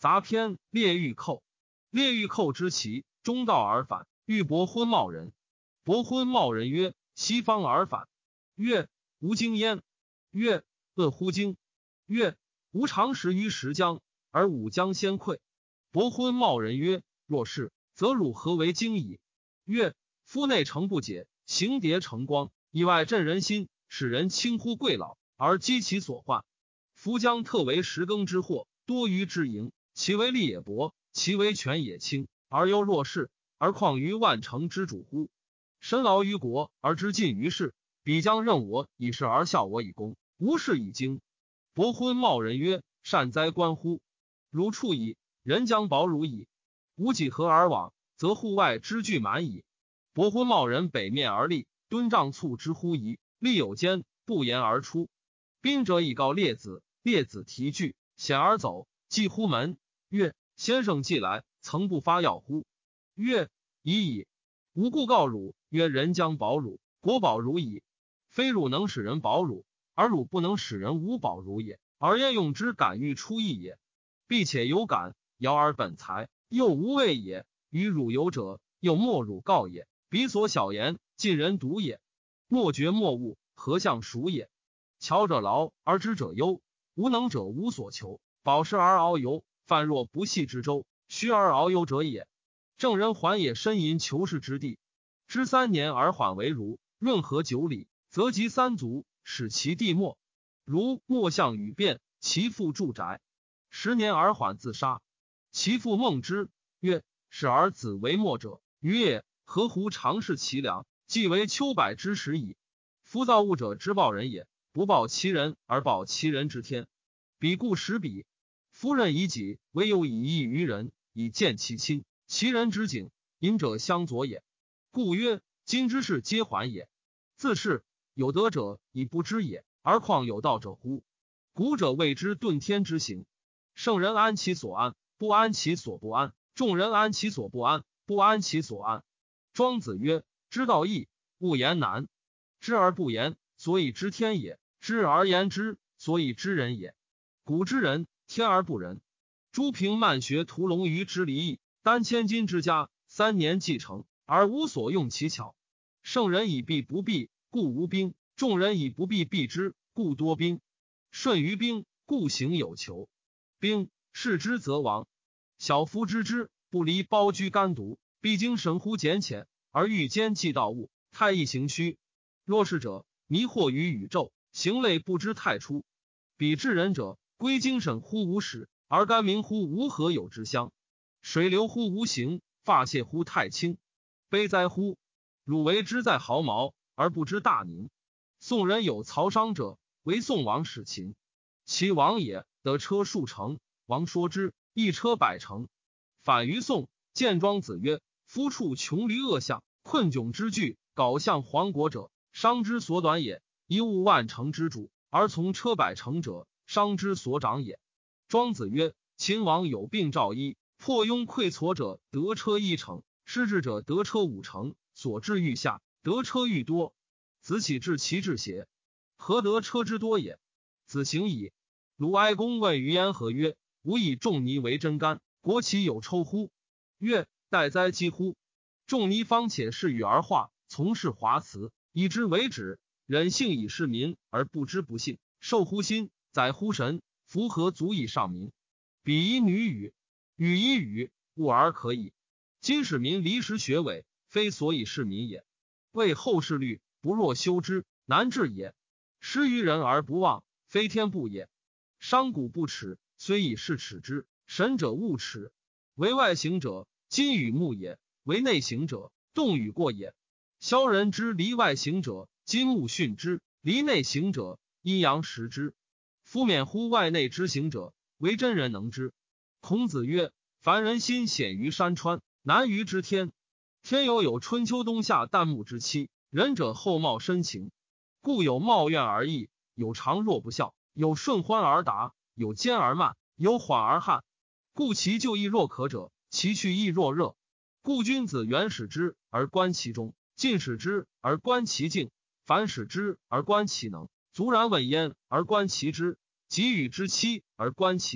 杂篇列御寇。列御寇之齐，中道而返，欲伯昏茂人。伯昏茂人曰：西方而返。曰：无经焉。曰：恶乎经。曰：吾常食于石江，而武将先溃。伯昏茂人曰：若是，则汝何为经矣？曰：夫内诚不解，行迭成光，以外振人心，使人轻忽贵老，而积其所患。夫将特为十耕之祸，多于之营，其为利也薄，其为权也轻，而又弱势，而况于万乘之主乎？身劳于国而知尽于世，彼将任我以事而效我以功，无事以经。伯昏茂人曰：善哉观乎！汝处矣，人将保汝矣。吾几何而往，则户外之具满矣。伯昏茂人北面而立，敦杖促之乎夷，立有间，不言而出。宾者以告列子，列子提具，显而走，既乎门。曰：先生既来，曾不发药乎？曰：已矣。吾故告汝，曰：人将保汝，国保汝矣。非汝能使人保汝，而汝不能使人无保汝也，而焉用之敢欲出意也？必且有感，摇而本才，又无畏也。与汝有者，又莫汝告也。彼所小言，尽人独也。莫觉莫悟，何相属也？巧者劳而知者忧，无能者无所求。保时而遨游，泛若不系之舟，虚而遨游者也。正人还也呻吟求是之地，知3年而缓为儒，润和9里，则及3族，使其地没。如莫相与变，其父住宅，10年而缓自杀。其父梦之，曰：使儿子为末者，余也。何乎常视其良，既为秋柏之时矣。夫造物者之报人也，不报其人而报其人之天。彼故使彼。夫人以己，唯有以义于人，以见其亲。其人之景，隐者相左也。故曰：今之事皆还也。自是有德者以不知也，而况有道者乎？古者谓之顿天之行。圣人安其所安，不安其所不安；众人安其所不安，不安其所安。庄子曰：知道易，勿言难。知而不言，所以知天也；知而言之，所以知人也。古之人，天而不仁。朱平慢学屠龙鱼之离异，单千金之家，3年既成，而无所用其巧。圣人以避不避，故无兵；众人以不避避之，故多兵。顺于兵，故行有求。兵视之则亡。小夫知之，不离包居干毒，必经神乎简浅，而欲兼济道物，太易行虚。若是者，迷惑于宇宙，行类不知太初。彼治人者，归精神乎无始，而甘明乎无何有之乡。水流乎无形，发泄乎太清。悲哉乎！汝为之在毫毛，而不知大宁。宋人有曹商者，为宋王使秦。其王也，得车数乘，王说之，一车100乘。反于宋，见庄子曰：夫处穷离恶相，困窘之具，搞向黄国者，商之所短也；一物万乘之主，而从车100乘者，商之所长也。庄子曰：秦王有病召医，破庸溃痤者得车1乘，失智者得车5乘，所至愈下，得车愈多。子岂治其志邪？何得车之多也？子行矣。鲁哀公问于焉何曰：吾以仲尼为真干，国其有抽乎？曰：待哉几乎！仲尼方且是与而化，从事华辞，以之为止，忍性以事民，而不知不信，受乎心，载乎神，夫何足以上民？彼以女语，语以语，物而可矣。今使民离时学伪，非所以事民也。为后世虑，不若修之，难治也。失于人而不忘，非天不也。商贾不耻，虽以是耻之，神者勿耻。为外行者，金与木也；为内行者，动与过也。萧人之离外行者，金木训之；离内行者，阴阳识之。夫免乎外内之行者，为真人能之。孔子曰：凡人心显于山川，难于之天。天有春秋冬夏旦暮之期，仁者厚貌深情。故有貌怨而异，有常若不孝，有顺欢而达，有坚而慢，有缓而悍。故其就亦若可者，其去亦若热。故君子远使之而观其中，近使之而观其境，反使之而观其能，卒然问焉而观其知，己与之期而观其信，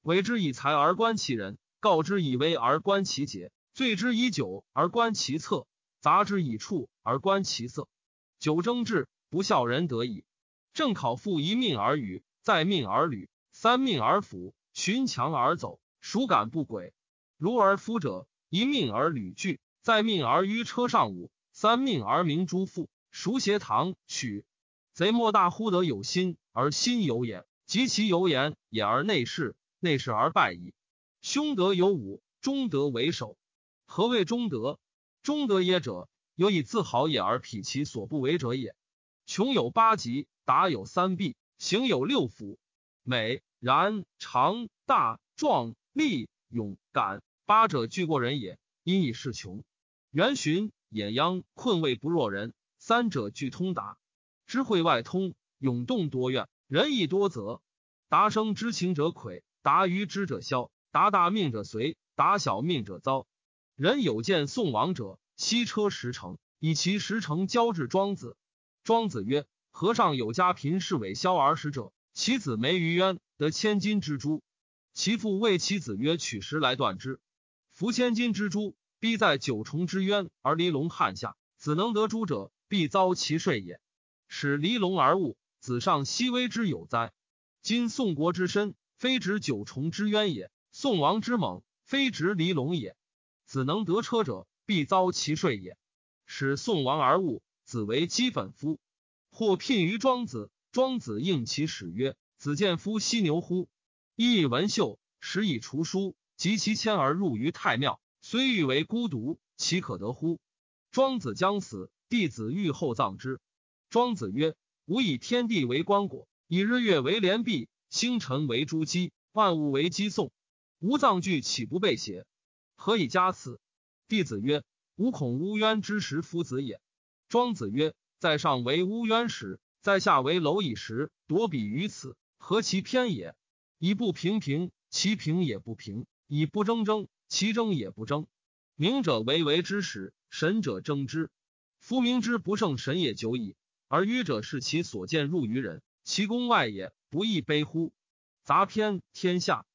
委之以财而观其人，告之以威而观其节，醉之以酒而观其策，杂之以处而观其色。久争志，不孝人得矣。正考复一命而语，再命而履，三命而辅，循墙而走，孰敢不轨？如而夫者，一命而履具，再命而于车上舞，三命而鸣诸父，孰协堂取？贼莫大乎得有心而心有眼，及其有眼也而内视，内视而败矣。凶德有五，中德为首。何谓中德？中德耶者，有以自豪也而匹其所不为者也。穷有八极，达有三弊，行有六辅，美、然、长、大、壮、力、勇、敢，八者俱过人也，因以是穷。元循、衍央、困位不若人，三者俱通达。知会外通，永动多怨，仁义多责。达生知情者魁，达于知者消，达大命者随，达小命者遭。人有见宋王者，西车十乘，以其十乘交至庄子。庄子曰：和尚有家贫是为消而食者，其子没于渊，得千金之珠。其父谓其子曰：取石来断之。夫千金之珠，必在九重之渊而离龙汉下，子能得珠者，必遭其税也。使离龙而物，子上奚微之有哉？今宋国之身，非指九重之渊也；宋王之猛，非指离龙也。子能得车者，必遭其税也。使宋王而物，子为鸡粉夫。或聘于庄子，庄子应其使曰：子见夫犀牛乎？一以文秀，十以除书，及其迁而入于太庙，虽欲为孤独，其可得乎？庄子将死，弟子欲厚葬之。庄子曰：吾以天地为棺椁，以日月为连璧，星辰为珠玑，万物为击颂。吾葬具岂不备邪？何以加此？弟子曰：吾恐乌渊之食夫子也。庄子曰：在上为乌渊食，在下为蝼蚁食，夺彼于此，何其偏也？以不平平，其平也不平；以不争争，其争也不争。明者为为之始，神者争之。夫明之不胜神也久矣，而愚者是其所见入于人，其功外也，不亦悲乎？杂篇天下。